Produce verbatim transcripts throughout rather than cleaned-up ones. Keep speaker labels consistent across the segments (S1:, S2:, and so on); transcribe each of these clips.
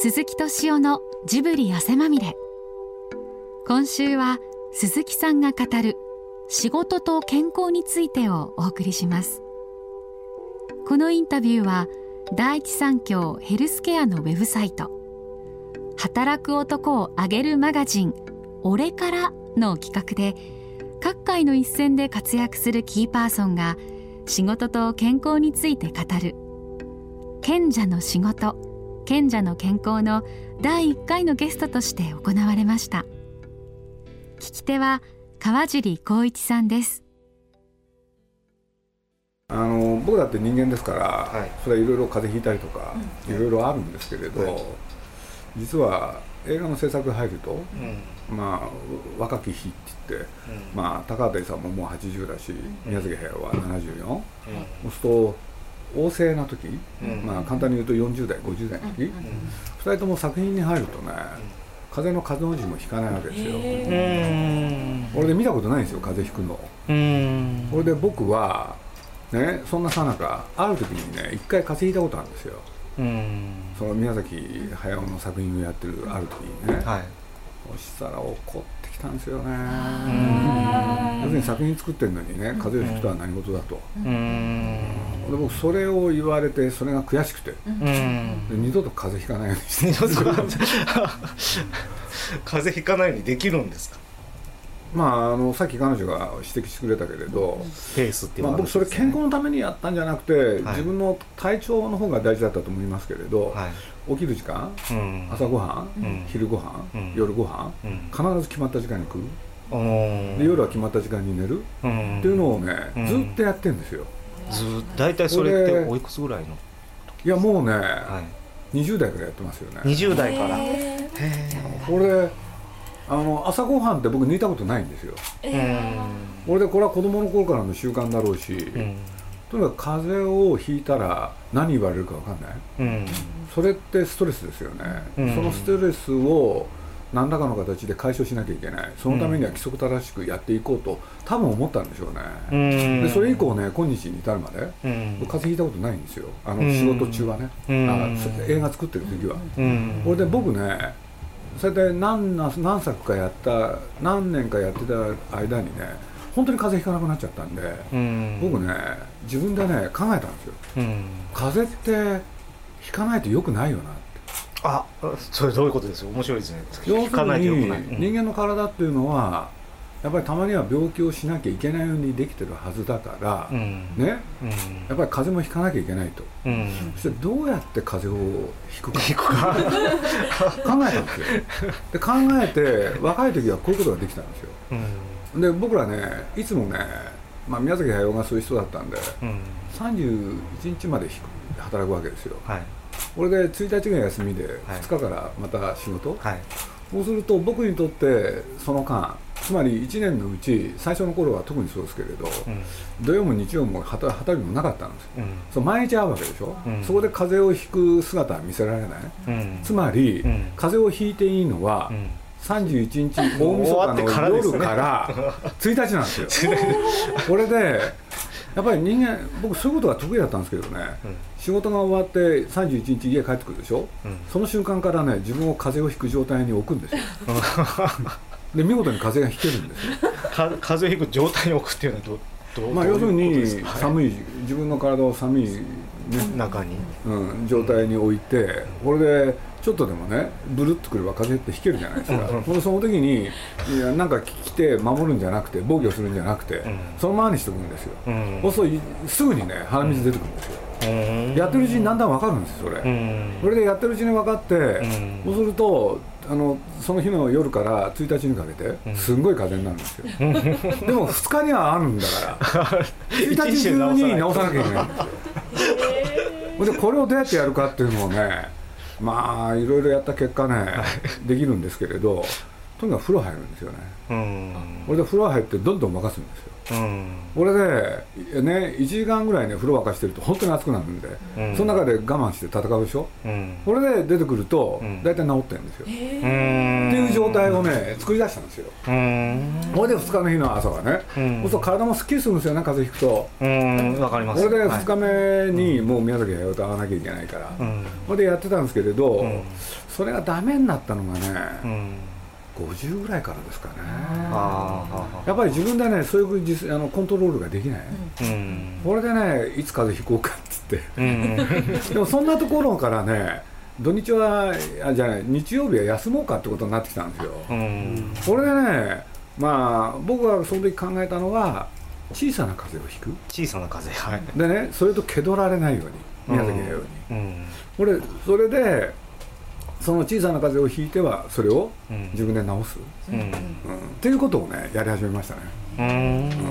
S1: 鈴木敏夫のジブリ汗まみれ。今週は鈴木さんが語る仕事と健康についてをお送りします。このインタビューは第一三共ヘルスケアのウェブサイト、働く男をあげるマガジン俺からの企画で、各界の一線で活躍するキーパーソンが仕事と健康について語る賢者の仕事、賢者の健康のだいいっかいのゲストとして行われました。聞き手は川尻光一さんです。
S2: あの僕だって人間ですから、はい、それはいろいろ風邪ひいたりとか、いろいろあるんですけれど、はい、実は映画の制作入ると、うん、まあ若き日って言って、うん、まあ高畑さんももうはちじゅうだし、うん、宮崎駿はななじゅうよん、うん、そうすると旺盛な時、うん、まあ簡単に言うとよんじゅうだいごじゅうだいの時、うん、ふたりとも作品に入るとね、風邪の風の字も引かないわけですよ。俺で見たことないんですよ、風邪ひくの。これで僕はね、そんなさなかある時にね、一回風邪ひいたことあるんですよ。その宮崎駿の作品をやってるある時にね、はい、そしたら怒ってきたんですよね。要するに作品作ってるのにね、風邪をひくとは何事だと。で僕それを言われて、それが悔しくて、で二度と風邪ひかないようにして
S3: 風邪ひかないようにできるんですか？
S2: まあ、あのさっき彼女が指摘してくれたけれど、
S3: ペースっていうのは、
S2: まあ、僕それ健康のためにやったんじゃなくて、はい、自分の体調の方が大事だったと思いますけれど、はい、起きる時間、うん、朝ごはん、うん、昼ごはん、うん、夜ごはん、うん、必ず決まった時間に食う、うん、で夜は決まった時間に寝る、うん、っていうのをね、うん、ずっとやってるんですよ。
S3: ずっと大体それっておいくつぐらいの？
S2: いやもうね、はい、にじゅうだいからやってますよね。
S3: にじゅうだいから。
S2: へー。これあの朝ごはんって僕抜いたことないんですよ。えー、俺でこれは子供の頃からの習慣だろうし、うん、とにかく風邪をひいたら何言われるか分かんない、うん、それってストレスですよね、うん、そのストレスを何らかの形で解消しなきゃいけない。そのためには規則正しくやっていこうと多分思ったんでしょうね、うん、でそれ以降ね、今日に至るまで、うん、風邪ひいたことないんですよ。あの仕事中はね、うん、あ映画作ってる時は、うん、これで僕ね、それで 何, 何作かやった何年かやってた間にね、本当に風邪ひかなくなっちゃったんで、うん、僕ね自分でね考えたんですよ、うん、風邪ってひかないと良くないよなって。
S3: あ、それどういうことですよ。面白いですね。
S2: 要するに人間の体っていうのはやっぱりたまには病気をしなきゃいけないようにできてるはずだから、うん、ね、うん、やっぱり風邪もひかなきゃいけないと、うん、そしてどうやって風邪をひくか考えたんですよ。で考えて若い時はこういうことができたんですよ、うん、で僕らねいつもね、まあ、宮崎駿がそういう人だったんで、うん、さんじゅういちにちまで働くわけですよ、はい、これでついたちが休みでふつかからまた仕事、はい、そうすると僕にとってその間、つまりいちねんのうち最初の頃は特にそうですけれど、うん、土曜も日曜も働きもなかったんですよ、うん、そう毎日会うわけでしょ、うん、そこで風邪をひく姿は見せられない、うん、つまり、うん、風邪をひいていいのは、うん、さんじゅういちにち大晦日の夜からついたちなんですよこれでやっぱり人間、僕そういうことが得意だったんですけどね、うん、仕事が終わってさんじゅういちにち家帰ってくるでしょ、うん、その瞬間からね自分を風邪をひく状態に置くんですよで見事に風邪がひけるんですよ
S3: 風邪をひく状態に置くっていうのはどうどう、
S2: まあ、要するに寒い、はい、自分の体を寒い、ね、
S3: 中に、
S2: うん、状態に置いて、これでちょっとでもねブルッとくれば風邪ってひけるじゃないですか、うん、これその時にいやなんか来て守るんじゃなくて防御するんじゃなくて、うん、そのままにしておくんですよ、うん、そうするとすぐにね鼻水出てくるんですよ、うん、やってるうちにだんだん分かるんですそれ、うん、それでやってるうちに分かって、うん、そうするとあのその日の夜からついたちにかけてすんごい風邪になるんですよ、うん、でもふつかにはあるんだからついたち中に直さなきゃいけないんですよでこれをどうやってやるかっていうのをね、まあいろいろやった結果ね、はい、できるんですけれど、とにかく風呂入るんですよね、うん、これで風呂入ってどんどん任すんですよ、
S3: うん、
S2: これでねいちじかんぐらいね風呂沸かしてると本当に熱くなるんで、うん、その中で我慢して戦うでしょ、うん、これで出てくると大体治ってるんですよ、うん、っていう状態をね作り出したんですよ、うん、これでふつかの日の朝はね、うん、そうすると体もすっきりするんですよね、風邪ひくと。
S3: うん、わかります。
S2: これでふつかめにもう宮崎駿と会わなきゃいけないから、うん、これでやってたんですけれど、うん、それがダメになったのがね、うんごじゅうぐらいからですかね。あやっぱり自分でねそういう実あのコントロールができない、うん、これでねいつ風邪ひこうかっつって、うん、でもそんなところからね土日はあじゃない日曜日は休もうかってことになってきたんですよ、うん、これでねまあ僕がその時考えたのは小さな風邪をひく
S3: 小さな風邪、はい、
S2: でねそれと気取られないように宮崎のように、うんうん、これそれでその小さな風邪をひいてはそれを自分で治す、うんうんうん、っていうことをねやり始めましたね。うん、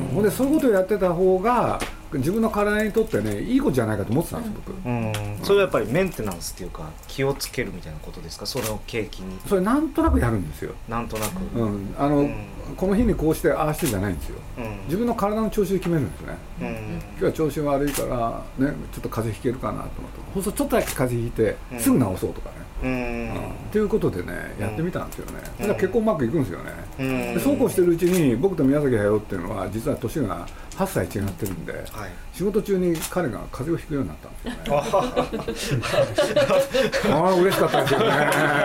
S2: うん、でそういうことをやってた方が自分の体にとってねいいことじゃないかと思ってたんです僕、うん
S3: うん、それはやっぱりメンテナンスっていうか気をつけるみたいなことですか、その契機に。
S2: それなんとなくやるんですよ、
S3: なんとなく、
S2: うん、あの、うん、この日にこうしてああしてじゃないんですよ、うん、自分の体の調子で決めるんですね、うん、今日は調子が悪いからねちょっと風邪ひけるかなと思ってそうするとちょっとだけ風邪ひいて、うん、すぐ治そうとかね、うんうん、っていうことでねやってみたんですよね、うん、だから結構うまくいくんですよね、うん、でそうこうしてるうちに僕と宮崎駿っていうのは実は年がはっさい違ってるんで、はい、仕事中に彼が風邪をひくようになったんですよねああ嬉しかったですよね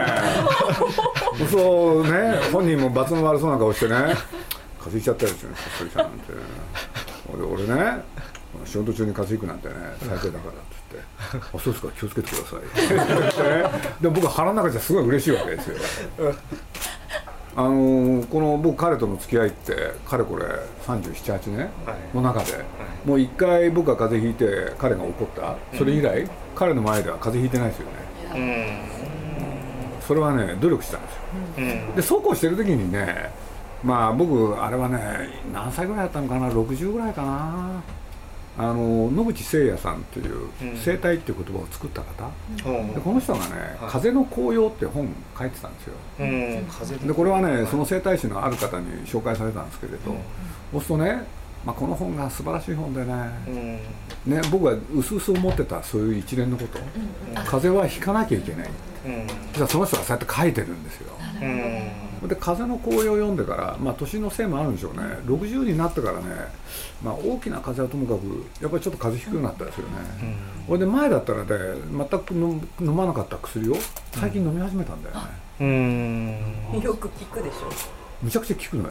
S2: そうね本人も罰の悪そうな顔してね風邪ひいちゃったですよねそっくりさんなんて俺ね仕事中に風邪ひくなんてね最低だからって言ってあそうですか気をつけてくださいでも僕は腹の中じゃすごい嬉しいわけですよあのー、この僕彼との付き合いってかれこれさんじゅうなな、はちねんの中で、はい、もういっかい僕が風邪ひいて彼が怒ったそれ以来、うん、彼の前では風邪ひいてないですよね、うん、それはね努力したんですよ、うん、でそうこうしてる時にねまあ僕あれはね何歳ぐらいだったのかなろくじゅうぐらいかなあの野口誠也さんという生態っていう言葉を作った方、うん、でこの人がね「風の紅葉」って本書いてたんですよ、うん、でこれはねその生態師のある方に紹介されたんですけれど、うん、そうするとね、まあ、この本が素晴らしい本でね、うん、ね僕はうすうす思ってたそういう一連のこと、うん、風は引かなきゃいけない、うん、じゃあその人がそうやって書いてるんですよ、うんで風の紅葉を読んでから、まあ、年のせいもあるんでしょうねろくじゅうになってからね、まあ、大きな風はともかくやっぱりちょっと風邪ひくようになったですよね、これで前だったらね全く飲まなかった薬を最近飲み始めたんだよね、
S4: うん、よく聞くでしょ
S2: むちゃくちゃ効くのよ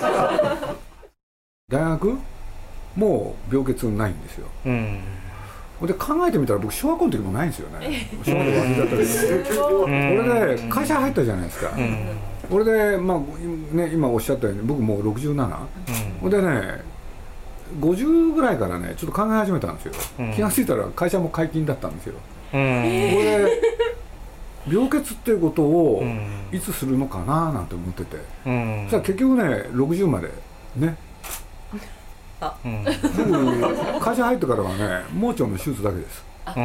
S2: 大学もう病欠ないんですよ、うんで考えてみたら僕小学校の時もないんですよね小学校忘れちゃったりして俺で会社入ったじゃないですか、うん、俺で、まあね、今おっしゃったように僕もうろくじゅうなな、うん、でねごじゅうぐらいからねちょっと考え始めたんですよ、うん、気がついたら会社も解禁だったんですよ、うん、これで病欠っていうことをいつするのかななんて思ってて、うん、そしたら結局ねろくじゅうまでねあうん、僕会社入ってからはね盲腸の手術だけです、うん、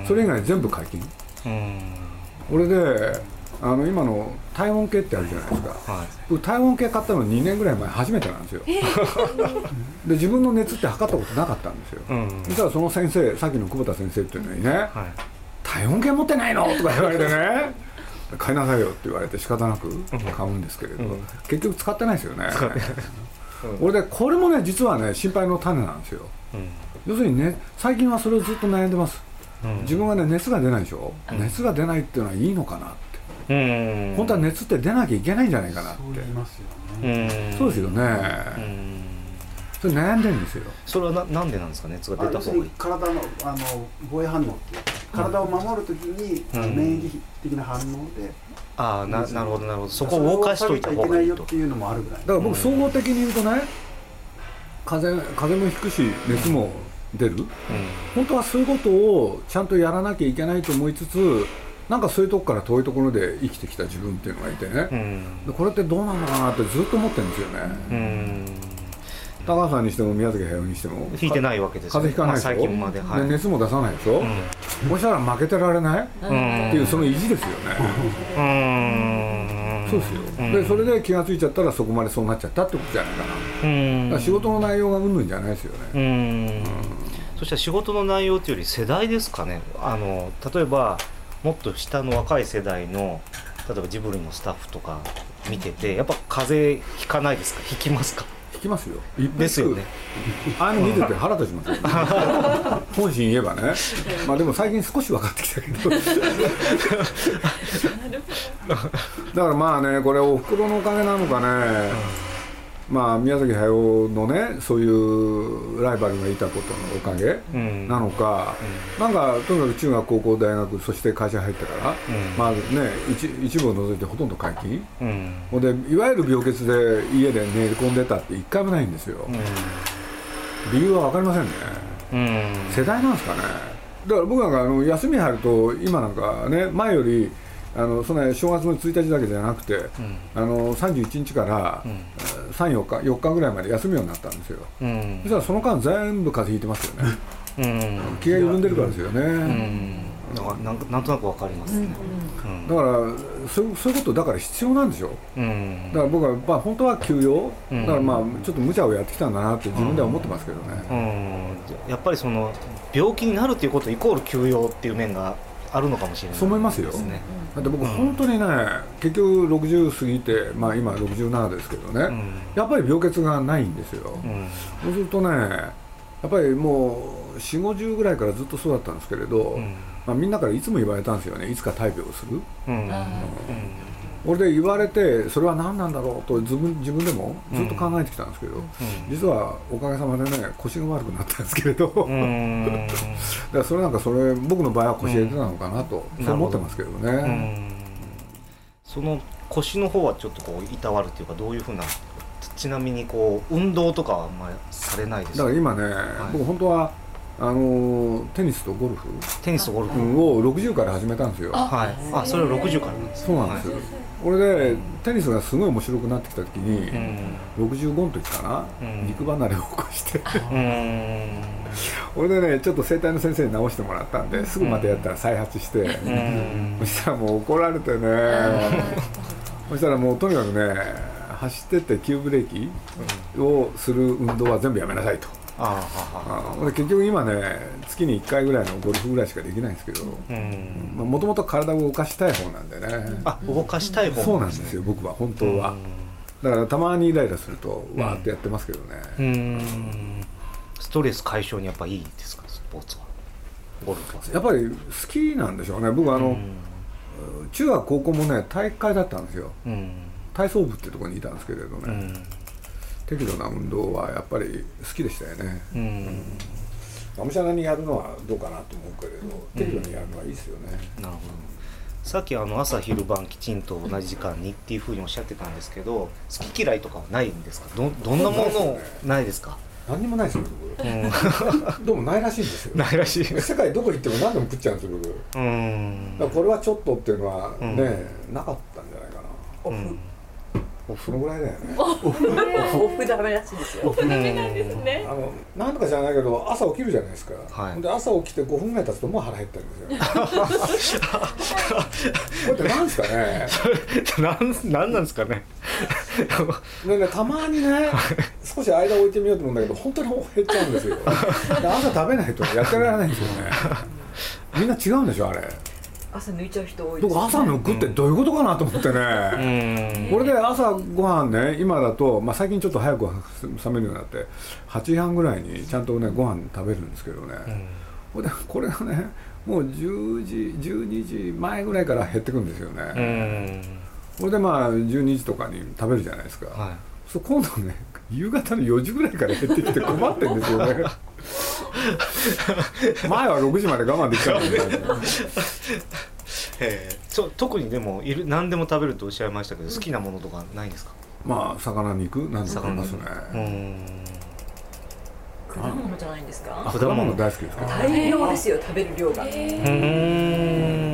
S2: それ以外全部解禁、うん、俺であの今の体温計ってあるじゃないですか、はい、僕体温計買ったのにねんぐらい前初めてなんですよで自分の熱って測ったことなかったんですよ、うん、そしたらその先生さっきの久保田先生っていうのにね、はい、体温計持ってないのとか言われてね買いなさいよって言われて仕方なく買うんですけれど、うん、結局使ってないですよねうん、俺でこれもね実はね心配の種なんですよ、うん、要するにね最近はそれをずっと悩んでます、うん、自分はね熱が出ないでしょ、うん、熱が出ないっていうのはいいのかなって、うん、本当は熱って出なきゃいけないんじゃないかなってそう言いますよね、うん、そうですよね、うん、それ悩んでるんですよ。
S3: それは な, なんでなんですか熱が出た方がいい。
S5: 体のあの防衛反応っていう体を守るときに、うん、免疫的な反応で
S3: ああ な, なるほどなるほどそこを動かしといた方がいいと。
S5: っていうのもあるぐらい。
S2: だから僕総合的に言うとね、風邪風邪もひくし熱も出る、うん、本当はそういうことをちゃんとやらなきゃいけないと思いつつ、なんかそういうとこから遠いところで生きてきた自分っていうのがいてね、うん、でこれってどうなんだかなってずっと思ってるんですよね、うん、高橋さんにしても宮崎駿にしても
S3: 引いてないわけですよ、
S2: 風邪ひかないでしょ、まあ、最近まで、はい、で熱も出さないでしょ、うん、そしたら負けてられない、うん、っていうその意地ですよね、うん、 そうですよ、うん、でそれで気がついちゃったらそこまでそうなっちゃったってことじゃないかな、うん、だから仕事の内容がうんぬんじゃないですよね、うん
S3: うん、そしたら仕事の内容というより世代ですかね。あの例えばもっと下の若い世代の例えばジブリのスタッフとか見ててやっぱ風邪ひかないですか？ひきますか？
S2: 引きますよ。
S3: ですよね。
S2: ああいうの見てて腹立ちますよ、ね、本心言えばね。まあでも最近少し分かってきたけどだからまあねこれおふくろのおかげなのかね、うん、まあ宮崎駿のねそういうライバルがいたことのおかげなのか、うんうん、なんかとにかく中学高校大学そして会社入ってから、うん、まあね 一, 一部を除いてほとんど解禁、うん、でいわゆる病欠で家で寝込んでたって一回もないんですよ、うん、理由は分かりませんね、うん、世代なんですかね。だから僕なんかあの休み入ると今なんかね前よりあのその正月のついたちだけじゃなくて、うん、あのさんじゅういちにちから、うん、さん、よっか、よっかぐらいまで休むようになったんですよ、うん、そしたらその間全部風邪ひいてますよね、うん、気が緩んでるからですよね、うん、
S3: だからなんなんとなくわかりますね、
S2: うん、だからそ う, そういうことだから必要なんでしょ、うん、だから僕は、まあ、本当は休養、うん、だからまあちょっと無茶をやってきたんだなって自分では思ってますけどね、
S3: うんうん、やっぱりその病気になるということイコール休養っていう面があるのかもしれないですね。
S2: そう思いますよ、だって僕本当にね、うん、結局ろくじゅう過ぎて、まあ、今ろくじゅうななですけどね、うん、やっぱり病欠がないんですよ、うん、そうするとねやっぱりもうよんじゅう、ごじゅうぐらいからずっとそうだったんですけれど、うんまあ、みんなからいつも言われたんですよね、いつか大病をする、うんうんうん、俺で言われてそれは何なんだろうと自分、自分でもずっと考えてきたんですけど、うん、実はおかげさまでね腰が悪くなったんですけれど、うん、だからそれなんかそれ僕の場合は腰が出たのかなと、うん、そう思ってますけどね、うん、
S3: その腰の方はちょっとこういたわるというかどういうふうな、ちなみにこう運動とかはあんまりされないですか？
S2: だから今ね、はい、僕本当はあのテニスとゴルフ
S3: テニスとゴルフ
S2: をろくじゅうから始めたんですよ。
S3: はい、あそれはろくじゅうからなんです。
S2: そうなんですよ、はい、これでテニスがすごい面白くなってきた時に、うん、ろくじゅうごの時かな、うん、肉離れを起こしてうん俺でねちょっと整体の先生に直してもらったんですぐまたやったら再発して、うん、そしたらもう怒られてねそしたらもうとにかくね走ってって急ブレーキをする運動は全部やめなさいと。ああ俺結局今ね月にいっかいぐらいのゴルフぐらいしかできないんですけどもともと体を動かしたい方なんでね。
S3: あ動かしたい方なんですね。
S2: そうなんですよ僕は本当は。だからたまにイライラするとわーってやってますけどね。うんうん
S3: ストレス解消にやっぱいいですかスポーツはゴルフは。
S2: やっぱり好きなんでしょうね。僕はあの中学高校もね体育会だったんですよ。うん体操部っていうところにいたんですけれどね、うん、適度な運動はやっぱり好きでしたよね、うんうん、がむしゃらにやるのはどうかなと思うけれど、うん、適度にやるのはいいですよね。
S3: なるほど。さっきあの朝昼晩きちんと同じ時間にっていうふうにおっしゃってたんですけど好き嫌いとかはないんですか？ ど, どんなものないですか？
S2: 何にもないですよ僕、うん、どうもないらしいんですよ。
S3: ないらしい。
S2: 世界どこ行っても何でも食っちゃうんですよ僕。うんだからこれはちょっとっていうのはね、うん、なかったんじゃないかな。オフ、うんそのぐらいだよね。
S4: オフ、オフダメらしいですよ。オフダメなんですね。
S2: あのなんとかじゃないけど朝起きるじゃないですか。はい、で朝起きてごふんぐらい経つともう腹減ってるんですよ。これってなんですかね。
S3: なんなんなんですかね。
S2: でねたまにね少し間を置いてみようと思うんだけど本当に減っちゃうんですよ。で朝食べないとやってられないんですよね。みんな違うんでしょあれ。
S4: 朝抜いちゃう人多いです、ね、
S2: 僕朝抜くってどういうことかなと思ってね、うん、これで朝ご飯ね今だと、まあ、最近ちょっと早く冷めるようになってはちじはんぐらいにちゃんとねご飯食べるんですけどね、うん、でこれがねもうじゅうじじゅうにじまえぐらいから減ってくるんですよね、うん、これでまあじゅうにじとかに食べるじゃないですか、はい、そう今度ね夕方のよじぐらいから減ってきて困ってるんですよね前はろくじまで我慢できたんで、ね
S3: えー、そう特にでもいる何でも食べるとおっしゃいましたけど好きなものとかないんですか？
S2: まあ魚肉なんでも食べますね。うん
S4: 果物じゃないんですか？
S2: 果物大好きですか？
S4: 大量ですよ食べる量が。
S2: うんもう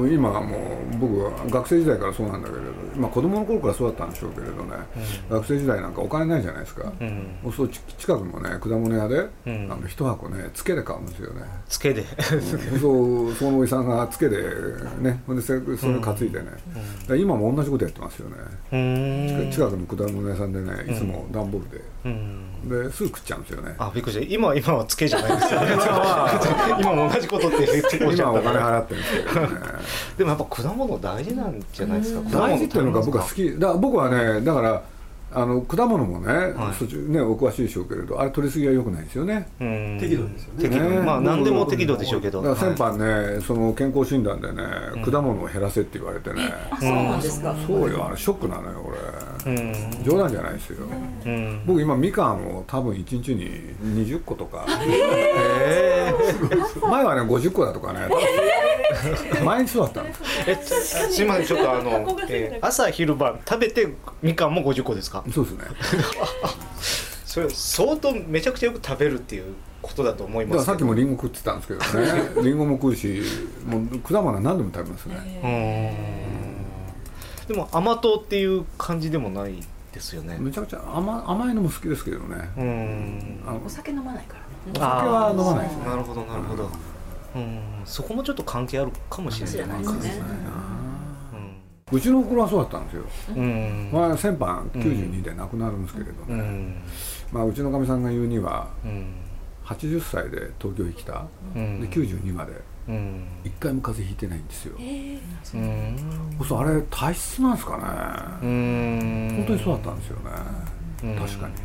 S2: 今はもう僕は学生時代からそうなんだけれど、まあ、子供の頃からそうだったんでしょうけれどね、うん、学生時代なんかお金ないじゃないですか、うん、そう近くのね果物屋で、うん、あの一箱ねつけで買うんですよね。
S3: つけで
S2: そうそのおじさんがつけでね、ほんでそれ担いでね、うん、今も同じことやってますよね。近, 近くの果物屋さんでねいつも段ボールで、うん、ですぐ食っちゃうんですよね。
S3: あ、びっくりした。今今はつけじゃないですよね。今も同じことって言っておっしゃった。
S2: 今お金払ってるんですけどね。
S3: でもやっぱ果物大事なんじゃないですか。
S2: 大事っていうのが僕は好きだ。僕はねだからあの果物もね、はい、そっちねお詳しいでしょうけれど、あれ取りすぎは良くないですよね。
S5: 適度ですよね。
S3: 適度、ね、まあ何でも適度でしょうけど。
S2: だから先般ね、はい、その健康診断でね、うん、果物を減らせって言われてね。
S4: あ、そうなんですか。
S2: そうよ、あれショックなのよこれ、うん。冗談じゃないですよ。うん、僕今みかんを多分いちにちににじゅっことか。えー、前はねごじゅっこだとかね。毎日そうだったの。
S3: え、すいませんちょっとあの、えー、朝昼晩食べてみかんもごじゅっこですか。
S2: そうですね。
S3: それ相当めちゃくちゃよく食べるっていうことだと思いますけど。
S2: だからさっきもリンゴ食ってたんですけどね。リンゴも食うし、もう果物は何でも食べますね。
S3: でも甘党っていう感じでもないですよね。
S2: めちゃくちゃ 甘, 甘いのも好きですけどね。うん、
S4: あのお酒飲まないからね。
S2: お酒は飲まないですね。
S3: なるほどなるほど。うん、そこもちょっと関係あるかもしれないですね。
S2: うちのおふくろはそうだったんですよ。うん、まあ、先般きゅうじゅうにで亡くなるんですけれどね、うん、まあ、うちのかみさんが言うには、うん、はちじゅっさいで東京に来た、うん、できゅうじゅうにまでいっかいも風邪ひいてないんですよ。えー、うん、そうあれ体質なんですかね。うん、本当にそうだったんですよね、うん、確かに、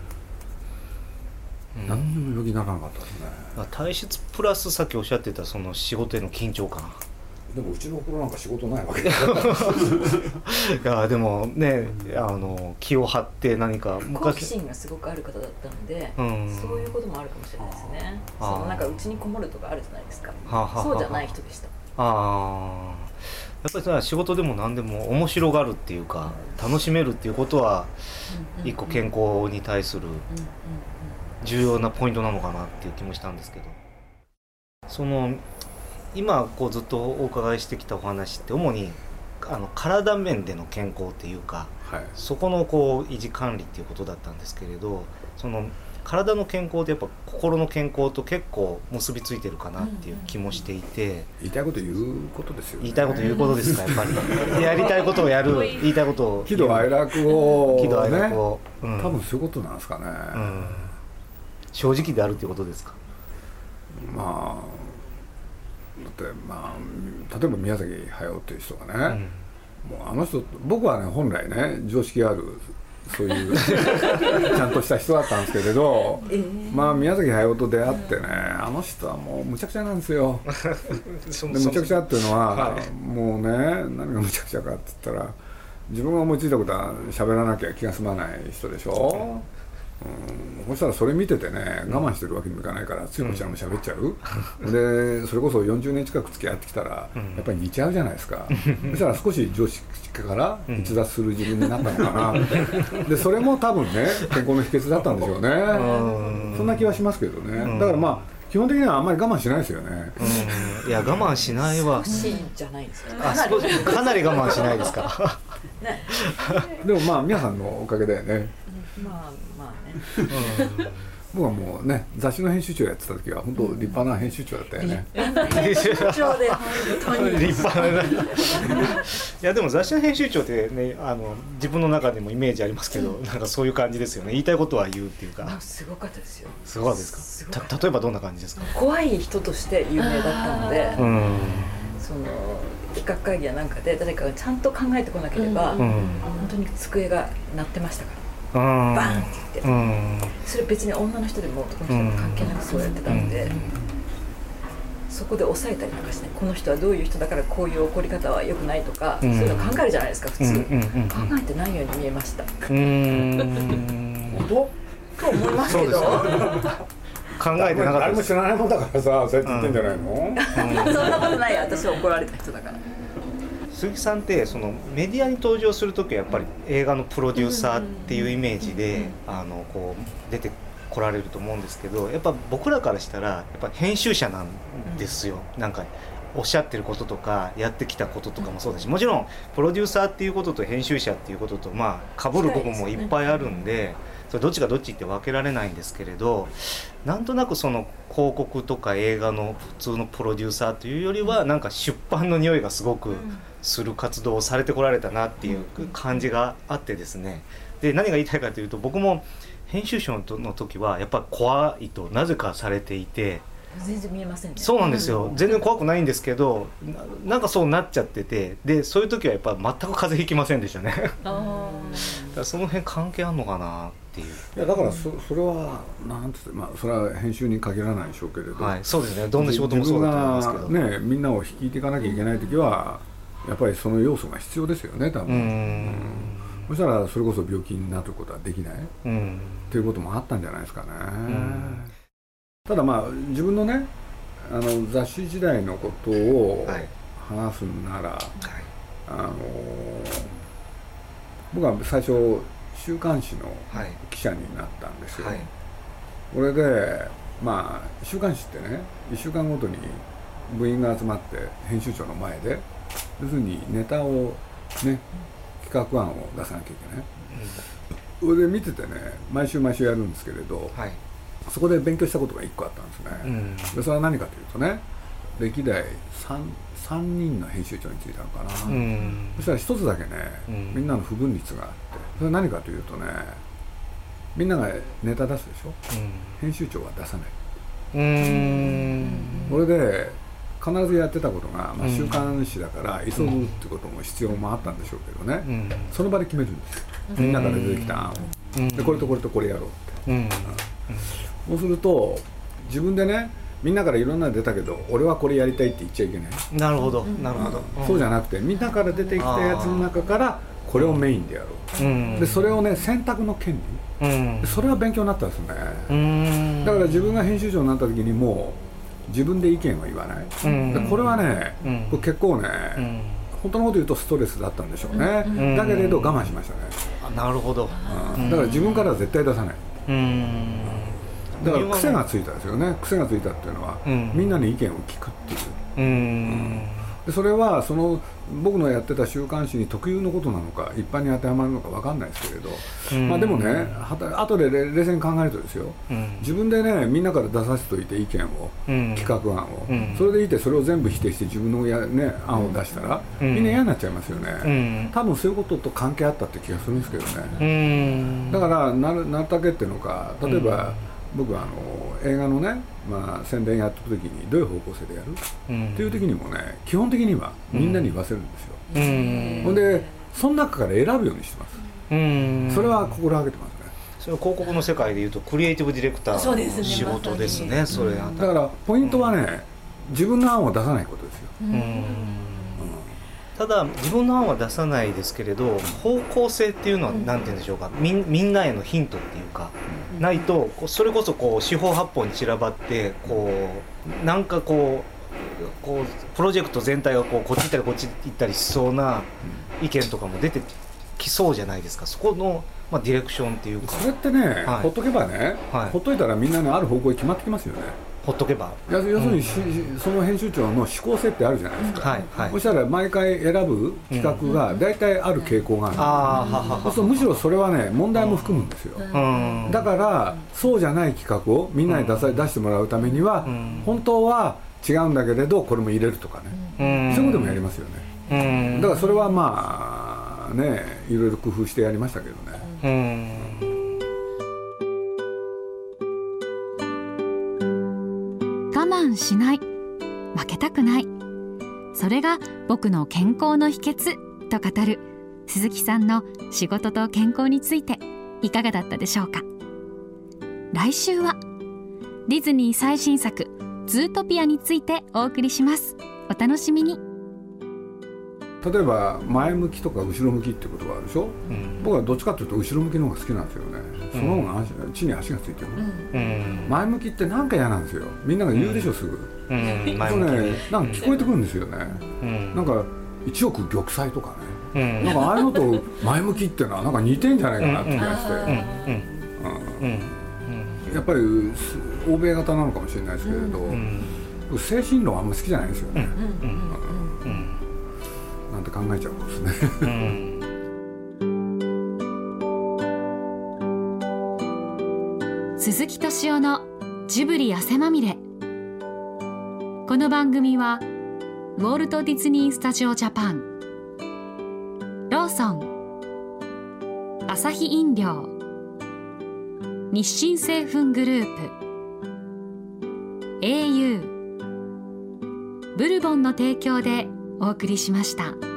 S2: うん、何にも病気にならなかったですね。
S3: 体質プラスさっきおっしゃってたその仕事への緊張感。
S2: でもうちの子なんか仕事ないわけですよ。
S3: いやでもね、あの気を張って何か
S4: 好奇心がすごくある方だったので、うん、そういうこともあるかもしれないですね。そのなんかうちにこもるとかあるじゃないですか。ははそうじゃない人でした。あ
S3: やっぱりさ仕事でも何でも面白がるっていうか楽しめるっていうことは一個健康に対する重要なポイントなのかなっていう気もしたんですけど、その今こうずっとお伺いしてきたお話って主にあの体面での健康っていうか、はい、そこのこう維持管理っていうことだったんですけれど、その体の健康ってやっぱ心の健康と結構結びついてるかなっていう気もしていて、うんうん、
S2: 言いたいこと言うことですよね。
S3: 言いたいこと言うことですかやっぱりやりたいことをやる言いたいことを
S2: 喜怒哀楽を、
S3: 喜怒哀楽を、
S2: うん、多分そういうことなんですかね、うん、
S3: 正直であるっていうことですか。
S2: まあだってまあ例えば宮崎駿っていう人がね、うん、もうあの人僕はね本来ね常識あるそういうちゃんとした人だったんですけれど、えー、まあ宮崎駿と出会ってね、あの人はもうむちゃくちゃなんですよ。でむちゃくちゃっていうのは、はい、もうね何がむちゃくちゃかって言ったら自分が思いついたことは喋らなきゃ気が済まない人でしょ。うん、そしたらそれ見ててね我慢してるわけにもいかないからついこちらも喋っちゃう、うん、でそれこそよんじゅうねん近く付き合ってきたら、うん、やっぱり似ちゃうじゃないですか、うん、そしたら少し常識から逸脱する自分になったのかな、うん、でそれも多分ね健康の秘訣だったんでしょうね、うん、そんな気はしますけどね、うん、だからまあ基本的にはあんまり我慢しないですよね、
S3: うん、いや我慢しないわ。
S4: 少しじゃないですか。
S3: あ少しかなり我慢しないですか。
S2: ね、でもまあ皆さんのおかげだよね。
S4: まあまあね、
S2: うん、僕はもうね雑誌の編集長やってた時は本当立派な編集長だったよね。
S4: 編集長で本当に
S3: 立派な。いやでも雑誌の編集長ってねあの自分の中でもイメージありますけど、うん、なんかそういう感じですよね。言いたいことは言うっていうか。
S4: すごかったですよ。
S3: すごかったですか。た例えばどんな感じですか。
S4: 怖い人として有名だったので、うん、その企画会議やなんかで誰かがちゃんと考えてこなければ、うん、本当に机が鳴ってましたから。バーンって言って、うん、それ別に女の人でも男の人でも関係なくそうやってたので、うん、そこで抑えたりなんかして、この人はどういう人だからこういう怒り方は良くないとか、うん、そういうの考えるじゃないですか普通、うんうんうん、考えてないように見えました。うーん本当と思いますけど考
S2: えてなかった。誰も知らないもんだからさそうやって言ってんじゃないの、うん
S4: うん、そんなことない。私は怒られた人だから。
S3: 鈴木さんってそのメディアに登場するときはやっぱり映画のプロデューサーっていうイメージであのこう出てこられると思うんですけど、やっぱ僕らからしたらやっぱ編集者なんですよ。なんかおっしゃってることとかやってきたこととかもそうだし、もちろんプロデューサーっていうことと編集者っていうこととまあ被る部分もいっぱいあるんで、それどっちがどっちって分けられないんですけれど、なんとなくその広告とか映画の普通のプロデューサーというよりはなんか出版の匂いがすごくする活動をされてこられたなっていう感じがあってですね。で何が言いたいかというと、僕も編集者の時はやっぱり怖いとなぜかされていて、
S4: 全然見えませんね。
S3: そうなんですよ、全然怖くないんですけど な, なんかそうなっちゃってて、でそういう時はやっぱ全く風邪ひきませんでしたねあだからその辺関係あるのかなっていう。
S2: いやだから そ, それはなんつって、まあ、それは編集に限らないでしょうけれど、
S3: はい、そうですね、どんな仕事もそうだと思いますけど、
S2: 自分が、ね、みんなを率いていかなきゃいけない時はやっぱりその要素が必要ですよね多分。うんうんそしたらそれこそ病気になることはできない、うん、っていうこともあったんじゃないですかね、うん、ただまあ自分のねあの雑誌時代のことを話すなら、はい、あの僕は最初週刊誌の記者になったんですよ、はい、これでまあ週刊誌ってねいっしゅうかんごとに部員が集まって編集長の前で要するにネタをね企画案を出さなきゃいけない、うん、それで見ててね毎週毎週やるんですけれど、はい、そこで勉強したことがいっこあったんですね、うん、でそれは何かというとね歴代 3, さんにんの編集長についたのかな、うん、そしたら一つだけね、うん、みんなの不分率があって、それは何かというとねみんながネタ出すでしょ、うん、編集長は出さない、うーんそれで必ずやってたことが、まあ、週刊誌だから急ぐってことも必要もあったんでしょうけどね、うん、その場で決めるんですよ、みんなから出てきた案を、うん、でこれとこれとこれやろうって、うんうん、そうすると自分でねみんなからいろんなの出たけど俺はこれやりたいって言っちゃいけない。
S3: なるほどなるほど、
S2: うん、そうじゃなくてみんなから出てきたやつの中からこれをメインでやろう、うん、でそれをね選択の権利、うん、それは勉強になったんですね、うん、だから自分が編集長になった時にもう自分で意見は言わない、うん、でこれはね、うん、これ結構ね、うん、本当のこと言うとストレスだったんでしょうね、うん、だけれど我慢しましたね、
S3: あなるほど、
S2: うん、だから自分からは絶対出さない、うん、だから癖がついたんですよね。癖がついたっていうのは、うん、みんなの意見を聞くっていう、うんうん、でそれはその僕のやってた週刊誌に特有のことなのか一般に当てはまるのか分かんないですけれど、うん、まあでもねは後で冷静に考えるとですよ、うん、自分でねみんなから出させておいて意見を、うん、企画案を、うん、それでいてそれを全部否定して自分のや、ね、案を出したら、うん、みんな嫌になっちゃいますよね、うん、多分そういうことと関係あったって気がするんですけどね、うん、だからなるなるたけっていうのか例えば、うん僕はあの映画のね、まあ、宣伝やっていくときにどういう方向性でやる、うん、っていう時にもね基本的にはみんなに言わせるんですよ、うん、ほんでその中から選ぶようにしてます、うん、それは心がけてますね。
S3: それ広告の世界でいうとクリエイティブディレクターの仕事ですね、ま、それだ
S2: からポイントはね、うん、自分の案を出さないことですよ、うん
S3: ただ自分の案は出さないですけれど方向性っていうのは何て言うんでしょうか、みん、みんなへのヒントっていうか、うん、ないとそれこそこう四方八方に散らばってこうなんかこう、こうプロジェクト全体がこうこっち行ったりこっち行ったりしそうな意見とかも出てきそうじゃないですか。そこの、まあ、ディレクションっていうか
S2: それってね、はい、ほっとけばね、はい、ほっといたらみんなのある方向に決まってきますよね。
S3: ほっとけば
S2: 要するに、うん、その編集長の思考性ってあるじゃないですか、はいはい、そしたら毎回選ぶ企画が大体ある傾向がある、うん、そうするとむしろそれはね問題も含むんですよ、うん、だからそうじゃない企画をみんなに出さ、うん、出してもらうためには、うん、本当は違うんだけれどこれも入れるとかね、うん、そういうこともやりますよね、うん、だからそれはまあねいろいろ工夫してやりましたけどね、うん
S1: 我慢しない、負けたくない、それが僕の健康の秘訣と語る鈴木さんの仕事と健康についていかがだったでしょうか。来週はディズニー最新作ズートピアについてお送りします。お楽しみに。
S2: 例えば前向きとか後ろ向きってことがあるでしょ、うん、僕はどっちかというと後ろ向きの方が好きなんですよね、うん、その方が地に足がついてる、うん、前向きってなんか嫌なんですよ。みんなが言うでしょ、すぐ、うんうん、前向きね、なんか聞こえてくるんですよね、うん、なんか一億玉砕とかね、うん、なんかああいうのと前向きっていうのはなんか似てんじゃないかなって気がしてやっぱり欧米型なのかもしれないですけれど、うん、 僕精神論あんま好きじゃないですよね、
S3: うんうんうん、
S2: なんて考えちゃうんですね、うん
S1: 鈴木敏夫のジブリ汗まみれ。この番組はウォルト・ディズニー・スタジオ・ジャパン、ローソン、アサヒ飲料、日清製粉グループ、 エーユー、ブルボンの提供でお送りしました。